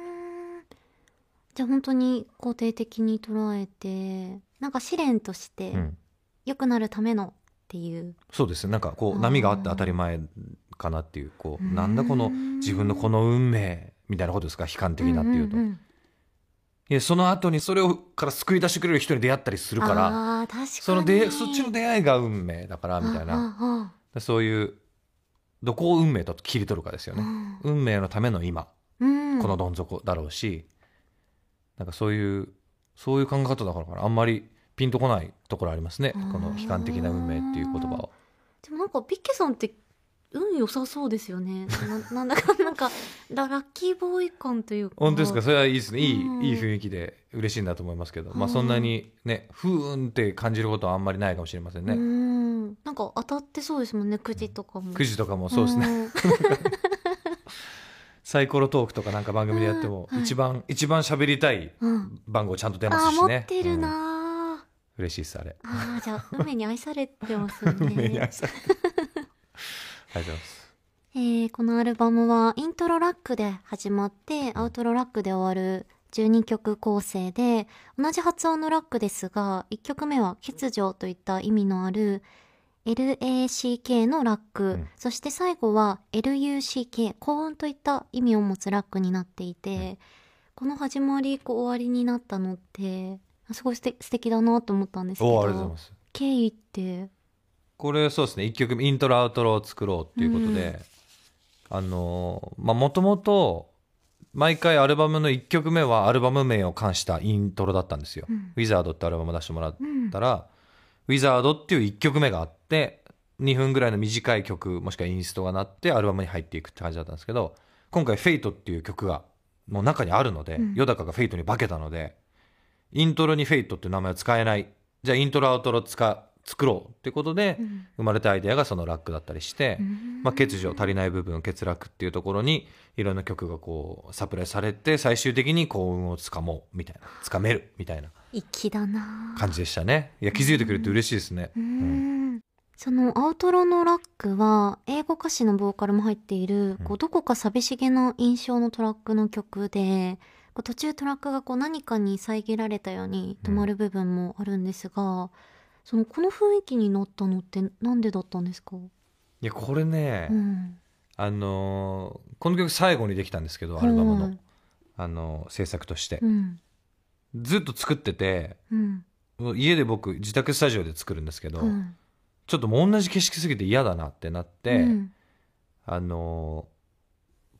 じゃあ本当に肯定的に捉えて、なんか試練として良くなるためのっていう、 そうですね、なんかこう波があって当たり前かなっていう、こうなんだこの自分のこの運命みたいなことですか、悲観的なっていうと、いやその後にそれをから救い出してくれる人に出会ったりするから、 確かにそっちの出会いが運命だからみたいな、そういうどこを運命と切り取るかですよね。運命のための今、このどん底だろうし、なんかそういう考え方だからかな、あんまりピンとこないところありますね、この悲観的な運命っていう言葉を。 でもなんかビッケさんって運良さそうですよね。なんだかなんかラッキーボーイ感というか。 本当ですか？それはいいですね。いい雰囲気で嬉しいんだと思いますけど、そんなにねふーんって感じることはあんまりないかもしれませんね。 なんか当たってそうですもんね、くじとかも。 くじとかもそうですね。サイコロトークとかなんか番組でやっても一番喋りたい番号ちゃんと出ますしね。 持ってるな。 嬉しいですあれ。 じゃあ運命に愛されてますね。 運命に愛されてる。ありがとうございます。 このアルバムはイントロラックで始まってアウトロラックで終わる12曲構成で、同じ発音のラックですが1曲目は欠如といった意味のある LACK のラック、そして最後は LUCK 高音といった意味を持つラックになっていて、この始まり終わりになったのってすごい素敵だなと思ったんですけど、 ありがとうございます。 経緯ってこれそうですね、1曲目イントロアウトロを作ろうっていうことで、もともと毎回アルバムの1曲目はアルバム名を冠したイントロだったんですよ。ウィザードってアルバム出してもらったら、ウィザードっていう1曲目があって2分ぐらいの短い曲もしくはインストが鳴ってアルバムに入っていくって感じだったんですけど、今回フェイトっていう曲がの中にあるので、ヨダカがフェイトに化けたのでイントロにフェイトっていう名前を使えない、じゃあイントロアウトロ作ろうっていうことで生まれたアイデアがそのラックだったりして、欠如足りない部分欠落っていうところにいろんな曲がこうサプライされて、最終的に幸運をつかもうみたいな、つかめるみたいな粋だな感じでしたね。いや気づいてくれて嬉しいですね。 そのアウトロのラックは英語歌詞のボーカルも入っている、どこか寂しげな印象のトラックの曲で、途中トラックが何かに遮られたように止まる部分もあるんですが、この雰囲気になったのってなんでだったんですか？ いやこれね、この曲最後にできたんですけど、アルバムの、制作として、ずっと作ってて、家で僕自宅スタジオで作るんですけど、ちょっともう同じ景色すぎて嫌だなってなって、こ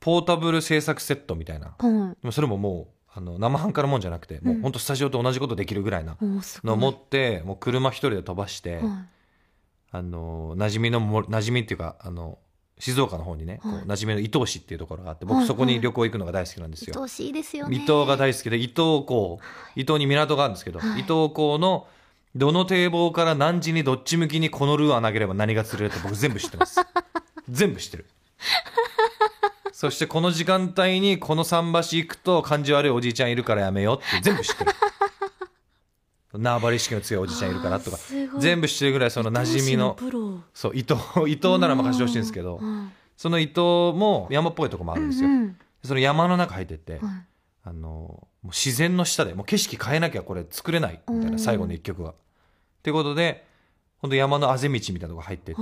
ポータブル制作セットみたいな、 はい。 でもそれももう生半可なもんじゃなくて、もう本当スタジオと同じことできるぐらいなすごい。 のを持ってもう車一人で飛ばして、 はい。 馴染みっていうか静岡の方にね、こう馴染みの伊東市っていうところがあって、僕そこに旅行行くのが大好きなんですよ。 愛おしいですよね。 伊東が大好きで、伊東に港があるんですけど、伊東港のどの堤防から何時にどっち向きにこのルアー投げれば何が釣れるって僕全部知ってます。全部知ってる。そしてこの時間帯にこの桟橋行くと感じ悪いおじいちゃんいるからやめよって全部知ってる。縄張り意識の強いおじいちゃんいるからとか全部知ってるぐらい、その馴染みのそう伊東なら任せてほしいんですけど、その伊東も山っぽいとこもあるんですよ。その山の中入ってって、もう自然の下でもう景色変えなきゃこれ作れないみたいな、最後の一曲は。ってことで本当山のあぜ道みたいなとこ入ってって、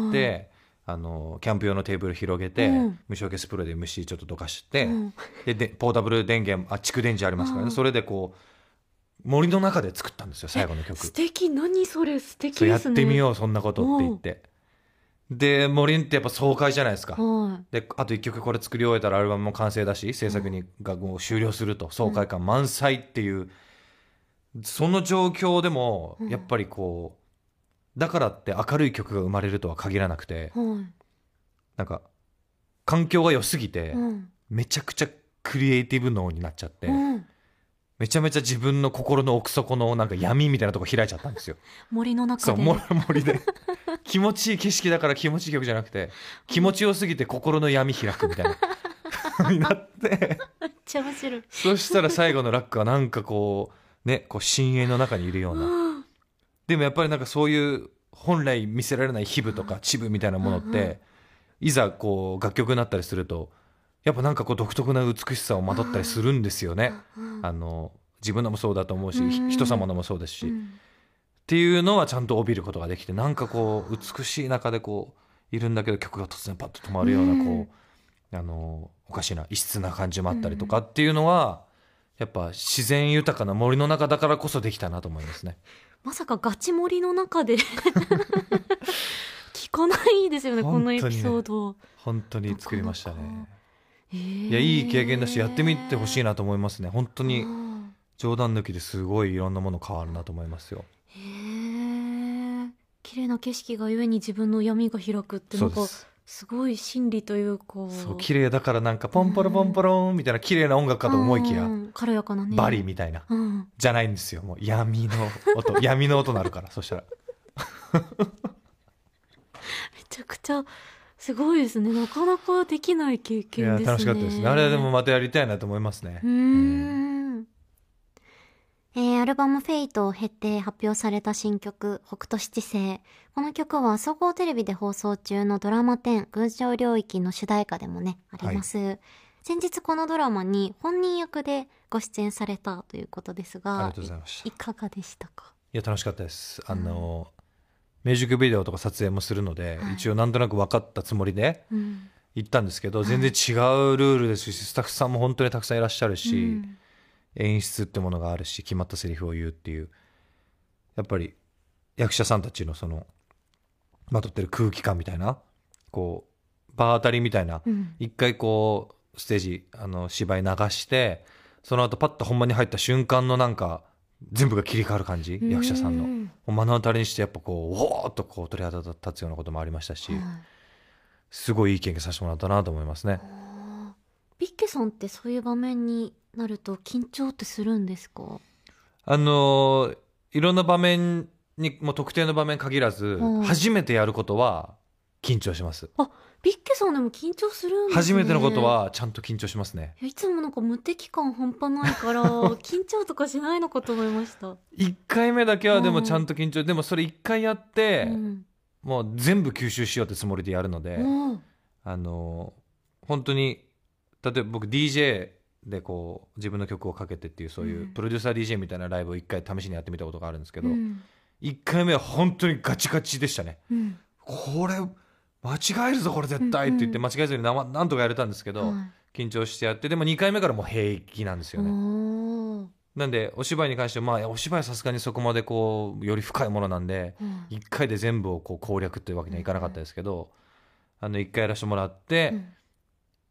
キャンプ用のテーブル広げて、虫除けスプレーで虫ちょっとどかして、でポータブル電源蓄電池ありますからね、それでこう森の中で作ったんですよ最後の曲。 素敵。何それ、素敵ですね。 やってみようそんなことって言って、で森ってやっぱ爽快じゃないですか。であと1曲これ作り終えたらアルバムも完成だし、制作がもう終了すると爽快感満載っていう、その状況でもやっぱりこうだからって明るい曲が生まれるとは限らなくて、なんか環境が良すぎて、めちゃくちゃクリエイティブ脳になっちゃって、めちゃめちゃ自分の心の奥底のなんか闇みたいなとこ開いちゃったんですよ。 森の中で。 そう森で気持ちいい景色だから気持ちいい曲じゃなくて、気持ちよすぎて心の闇開くみたいなになってめっちゃ面白い。 そしたら最後のラックはなんかこうね、こう深淵の中にいるようなでもやっぱりなんかそういう本来見せられない皮膚とかチブみたいなものって、いざこう楽曲になったりするとやっぱなんかこう独特な美しさをまとったりするんですよね。自分のもそうだと思うし、人様のもそうですし、っていうのはちゃんと帯びることができて、なんかこう美しい中でこういるんだけど曲が突然パッと止まるようなこうおかしな異質な感じもあったりとかっていうのは、やっぱ自然豊かな森の中だからこそできたなと思いますね。 まさかガチ森の中で聞かないですよね、このエピソード。 本当に作りましたね。いや、いい経験だしやってみてほしいなと思いますね。本当に冗談抜きですごいいろんなもの変わるなと思いますよ。 綺麗な景色がゆえに自分の闇が開くってなんかすごい心理というか、 そう綺麗だからなんかポンポロポンポロンみたいな綺麗な音楽かと思いきや、 軽やかなねバリみたいな、じゃないんですよ。もう闇の音闇の音なるから。そしたらめちゃくちゃすごいですね。なかなかできない経験ですね。 いや楽しかったですね。あれでもまたやりたいなと思いますね。 アルバムフェイトを経て発表された新曲北斗七星。この曲は総合テレビで放送中のドラマ10群青領域の主題歌でもねあります、先日このドラマに本人役でご出演されたということですが、 ありがとうございました。 いかがでしたか？ いや楽しかったです。ミュージックビデオとか撮影もするので、一応なんとなく分かったつもりで行ったんですけど、全然違うルールですし、スタッフさんも本当にたくさんいらっしゃるし、演出ってものがあるし、決まったセリフを言うっていう、やっぱり役者さんたちのそのまとってる空気感みたいな、こう場当たりみたいな、一回こうステージ芝居流して、その後パッと本番に入った瞬間のなんか全部が切り替わる感じ、役者さんのもう目の当たりにして、やっぱこうおーっとこう鳥肌立つようなこともありましたし、すごいいい経験させてもらったなと思いますね。 ビッケさんってそういう場面になると緊張ってするんですか？ いろんな場面にもう特定の場面限らず、初めてやることは緊張します。 あ、ビッケさんでも緊張するんですね。 初めてのことはちゃんと緊張しますね。 いつもなんか無敵感半端ないから緊張とかしないのかと思いました。 1回目だけはでもちゃんと緊張、でもそれ1回やって、もう全部吸収しようってつもりでやるので、本当に例えば僕 DJ でこう自分の曲をかけてっていう、そういうプロデューサー DJ みたいなライブを1回試しにやってみたことがあるんですけど、1回目は本当にガチガチでしたね。これ間違えるぞこれ絶対って言って間違えずになんとかやれたんですけど、緊張してやって、でも2回目からもう平気なんですよね。なんでお芝居に関しては、お芝居はさすがにそこまでこうより深いものなんで、1回で全部をこう攻略というわけにはいかなかったですけど、1回やらせてもらって、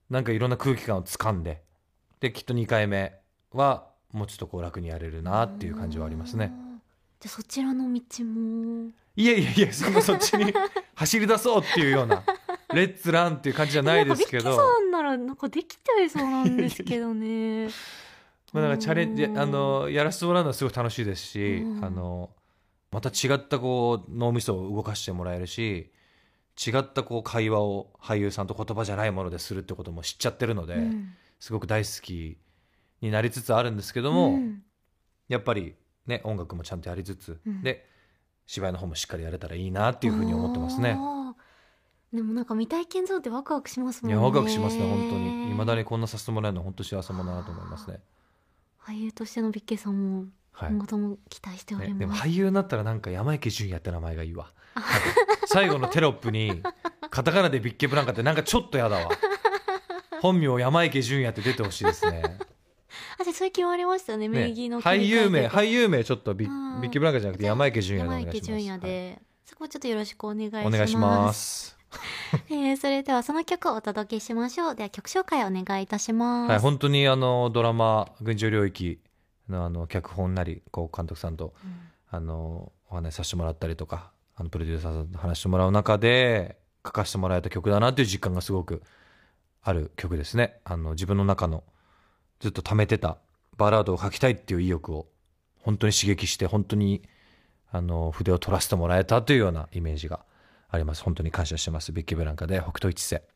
なんかいろんな空気感を掴んで、できっと2回目はもうちょっとこう楽にやれるなっていう感じはありますね。 じゃあそちらの道もいやいやいや、そっちに走り出そうっていうようなレッツランっていう感じじゃないですけど、 ビッキーさんならなんかできちゃいそうなんですけどね。 まあなんかチャレンジやらせてもらうのはすごい楽しいですし、また違ったこう脳みそを動かしてもらえるし、違ったこう会話を俳優さんと言葉じゃないものでするってことも知っちゃってるので、すごく大好きになりつつあるんですけども、やっぱりね音楽もちゃんとやりつつ、で芝居の方もしっかりやれたらいいなっていうふうに思ってますね。 でもなんか未体験ゾーンってワクワクしますもんね。 いやワクワクしますね、本当に。未だにこんなさせてもらえるのは本当幸せ者だなと思いますね。 俳優としてのビッケさんも今後とも期待しております、 でも俳優になったらなんか山池純也って名前がいいわ。最後のテロップにカタカナでビッケブランカってなんかちょっとやだわ。本名山池純也って出てほしいですね。 じゃあそれ決まりましたね、名義の俳優名ちょっとビッケブランカじゃなくて山池純也でお願いします。 山池純也で、そこちょっとよろしくお願いします。 お願いします。 それではその曲をお届けしましょう。では曲紹介お願いいたします。 本当にドラマ群青領域の脚本なりこう監督さんと、お話しさせてもらったりとかプロデューサーさんと話してもらう中で書かせてもらえた曲だなっていう実感がすごくある曲ですね。自分の中のずっと溜めてたバラードを書きたいっていう意欲を本当に刺激して、本当に筆を取らせてもらえたというようなイメージがあります。本当に感謝してます。ビッケブランカで北斗一星。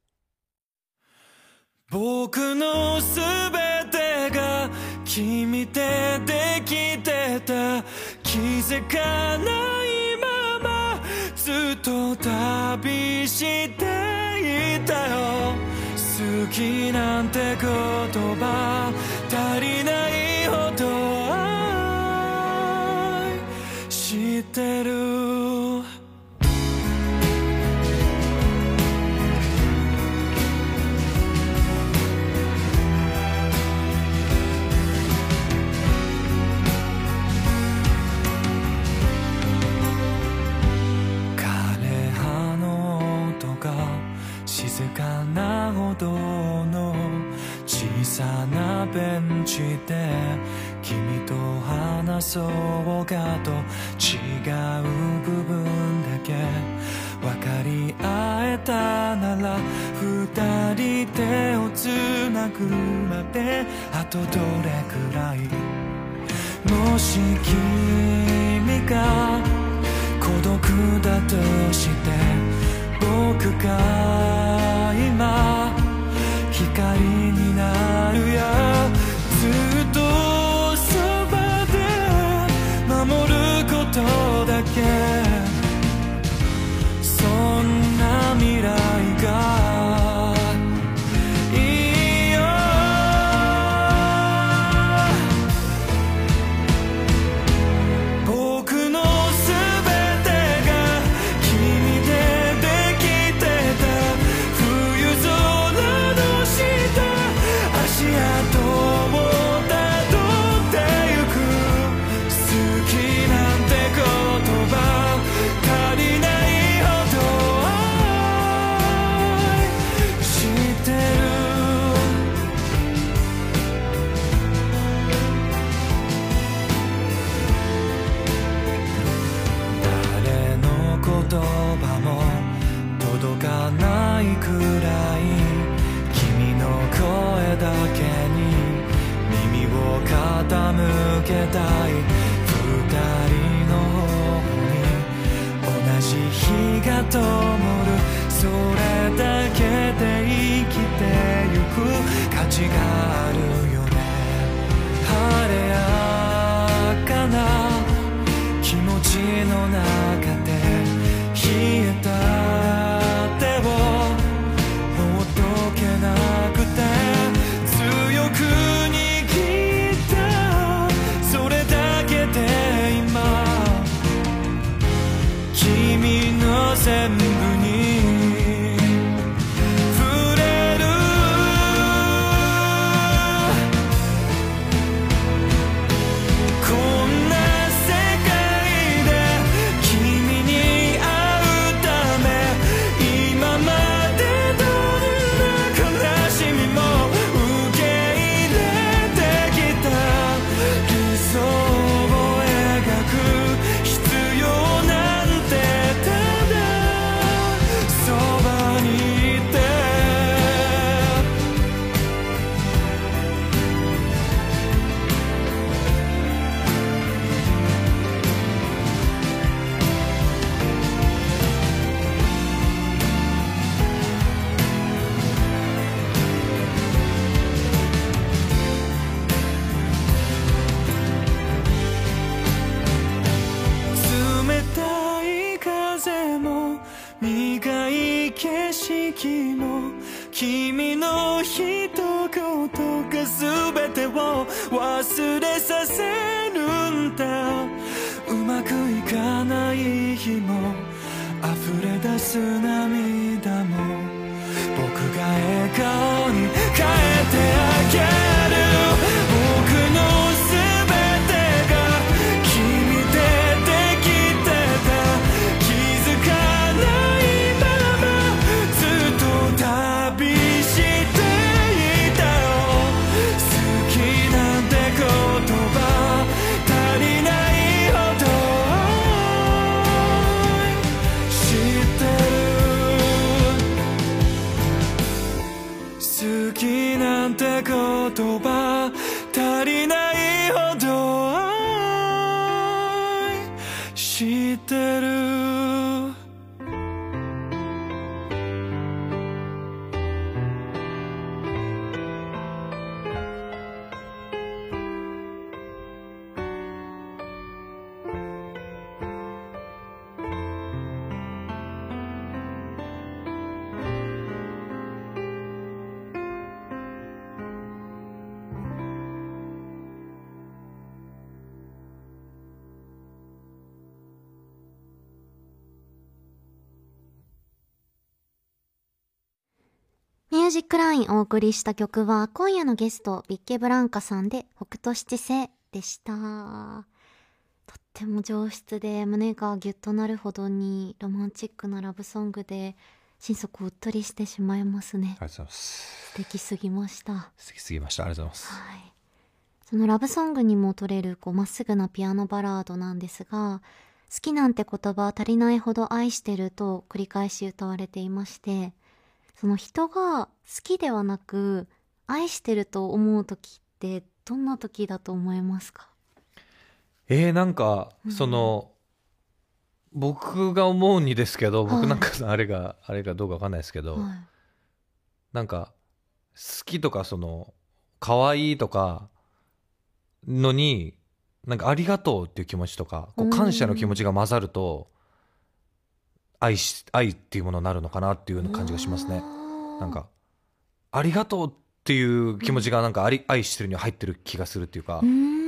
僕のすべてが君でできてた、気づかないままずっと旅していたよ。好きなんて言葉足りないほど愛してる。静かな歩道の小さなベンチで君と話そうかと、違う部分だけ分かり合えたなら二人手をつなぐまであとどれくらい。もし君が孤独だとして僕が今光になるよ。ずっとそばで守ることだけ、そんな未来がいいよ。僕のすべてが君で足跡をたどってゆく。好きなんて言葉足りないほど愛してる。誰の言葉も届かないくらい君の声だけに耳を傾けたい。二人の方に同じ日が灯る。それだけで生きてゆく価値があるよね。晴れやかな気持ちの中で冷えた手をほどけなくて強く握った、それだけで今君の全部に触れる。 景色も君の一言が全てを忘れさせるんだ。うまくいかない日も溢れ出す涙も僕が笑顔に変えてあげる。僕の全てが君でできてた。気づかないままずっと旅していたよ。好きなんて言葉足りないほど知ってる。好きなんて言葉足りないほど愛してる。 ミュージックラインお送りした曲は今夜のゲストビッケブランカさんで北斗七星でした。とっても上質で胸がギュッとなるほどにロマンチックなラブソングで心底うっとりしてしまいますね。 ありがとうございます。 素敵すぎました。 素敵すぎました。ありがとうございます。 はい、そのラブソングにも取れるまっすぐなピアノバラードなんですが、好きなんて言葉足りないほど愛してると繰り返し歌われていまして、その人が好きではなく愛してると思う時ってどんな時だと思いますか？ なんか、その僕が思うにですけど、僕なんかあれがどうかわかんないですけど、なんか好きとかその可愛いとかのになんかありがとうっていう気持ちとかこう感謝の気持ちが混ざると愛っていうものになるのかなっていうような感じがしますね。なんかありがとうっていう気持ちがなんか愛してるには入ってる気がするっていうか、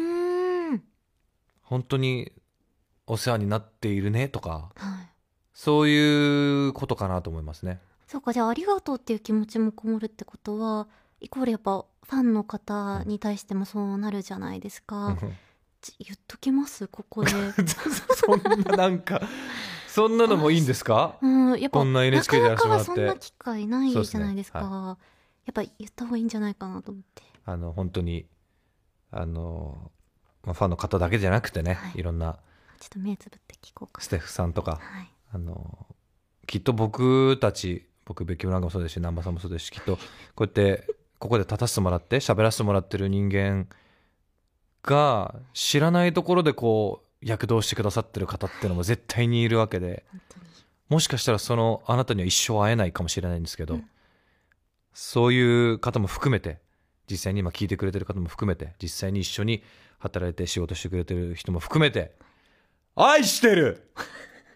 本当にお世話になっているねとか、そういうことかなと思いますね。 そうか、じゃあありがとうっていう気持ちもこもるってことはイコールやっぱファンの方に対してもそうなるじゃないですか。言っときますここでそんななんかそんなのもいいんですか？やっぱこんな NHK でやらせてもらってなかなかそんな機会ないじゃないですか。やっぱ言った方がいいんじゃないかなと思って。 本当にファンの方だけじゃなくてね、いろんなちょっと目つぶって聞こうか。 スタッフさんとか、きっと僕ベッキーブランカもそうですし南波さんもそうですし、きっとこうやってここで立たせてもらって喋らせてもらってる人間が知らないところでこう躍動してくださってる方っていうのも絶対にいるわけで、もしかしたらあなたには一生会えないかもしれないんですけど、そういう方も含めて、実際に今聞いてくれてる方も含めて、実際に一緒に働いて仕事してくれてる人も含めて愛してるあり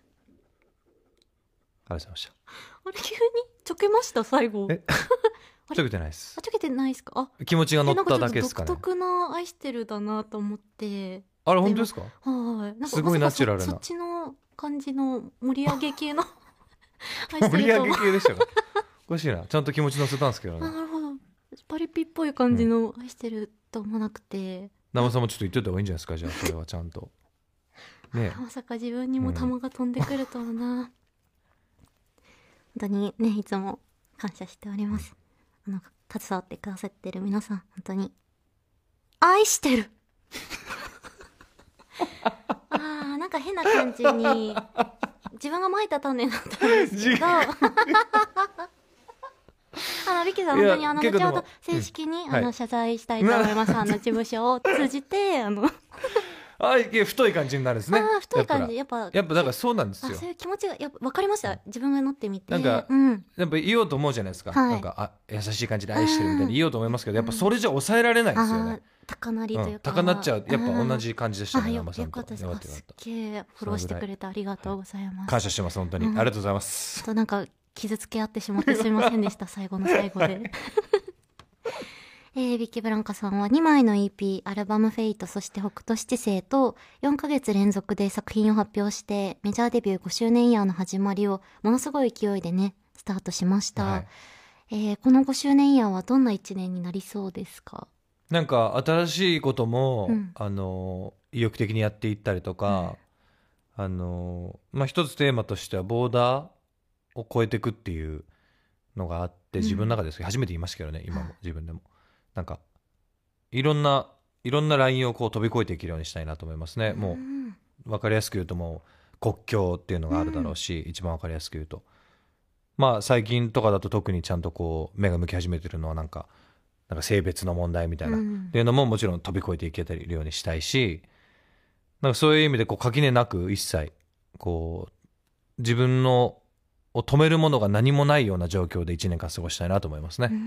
がとうございました。 あれ急にちょけました最後。 ちょけてないです。 ちょけてないですか？ 気持ちが乗っただけですかね。 独特な愛してるだなと思って。 あれ本当ですか？ はい。なんかすごいナチュラルな。 そっちの感じの盛り上げ系の盛り上げ系でしたか？おかしいな。ちゃんと気持ち乗せたんですけどね。 なるほど。パリピっぽい感じの愛してると思わなくて。 生さんもちょっと言っておいた方がいいんじゃないですか？じゃあそれはちゃんと。ね。 まさか自分にも弾が飛んでくるとはな。本当にね、いつも感謝しております。携わってくださってる皆さん、本当に愛してるなんか変な感じに自分がまいた種だったんですけどビキさん本当に後ほど正式に謝罪したいと思います。事務所を通じて太い感じになるんですね。 太い感じやっぱだからそうなんですよ。 そういう気持ちがやっぱ分かりました。自分が乗ってみてなんか、やっぱ言おうと思うじゃないですか。なんか優しい感じで愛してるみたいに言おうと思いますけど、やっぱそれじゃ抑えられないですよね。 高鳴りというか、 高鳴っちゃう。やっぱ同じ感じでしたね。 よかったです。すっげえフォローしてくれてありがとうございます。 感謝してます本当に。ありがとうございます。 なんか傷つけ合ってしまってすみませんでした最後の最後でビッキーブランカさんは2枚の EP アルバムフェイト、そして北斗七星と4ヶ月連続で作品を発表してメジャーデビュー5周年イヤーの始まりをものすごい勢いでねスタートしました、 はい、 この5周年イヤーはどんな1年になりそうですか？ なんか新しいことも、 うん、 意欲的にやっていったりとか、まあ、一つテーマとしてはボーダーを超えていくっていうのがあって、自分の中で初めて言いましたけどね、今も自分でもなんかいろんなラインをこう飛び越えていけるようにしたいなと思いますね。もう分かりやすく言うともう国境っていうのがあるだろうし、一番分かりやすく言うとまあ最近とかだと特にちゃんとこう目が向き始めてるのはなんか性別の問題みたいな、っていうのももちろん飛び越えていけてるようにしたいし、なんかそういう意味でこう垣根なく一切こう自分のを止めるものが何もないような状況で1年間過ごしたいなと思いますね。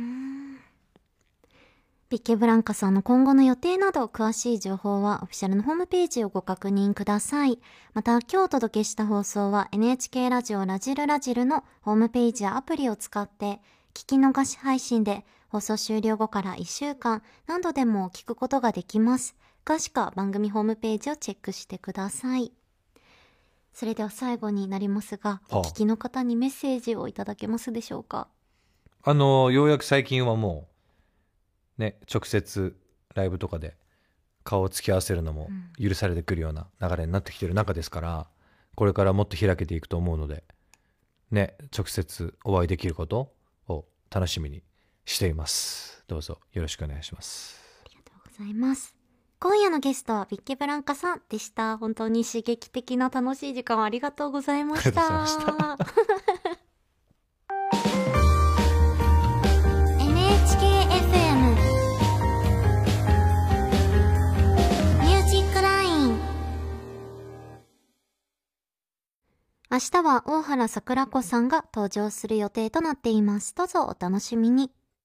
ビッケブランカさんの今後の予定など詳しい情報はオフィシャルのホームページをご確認ください。また今日お届けした放送は NHK ラジオラジルラジルのホームページやアプリを使って聞き逃し配信で放送終了後から1週間何度でも聞くことができます。詳しくは番組ホームページをチェックしてください。それでは最後になりますが、お聞きの方にメッセージをいただけますでしょうか？ ようやく最近はもうね、直接ライブとかで顔を突き合わせるのも許されてくるような流れになってきてる中ですから、これからもっと開けていくと思うのでね、直接お会いできることを楽しみにしています。どうぞよろしくお願いします。 ありがとうございます。今夜のゲストはビッケブランカさんでした。本当に刺激的な楽しい時間をありがとうございました。 ありがとうございました。 NHK-FM ミュージックライン。明日は大原桜子さんが登場する予定となっています。どうぞお楽しみに。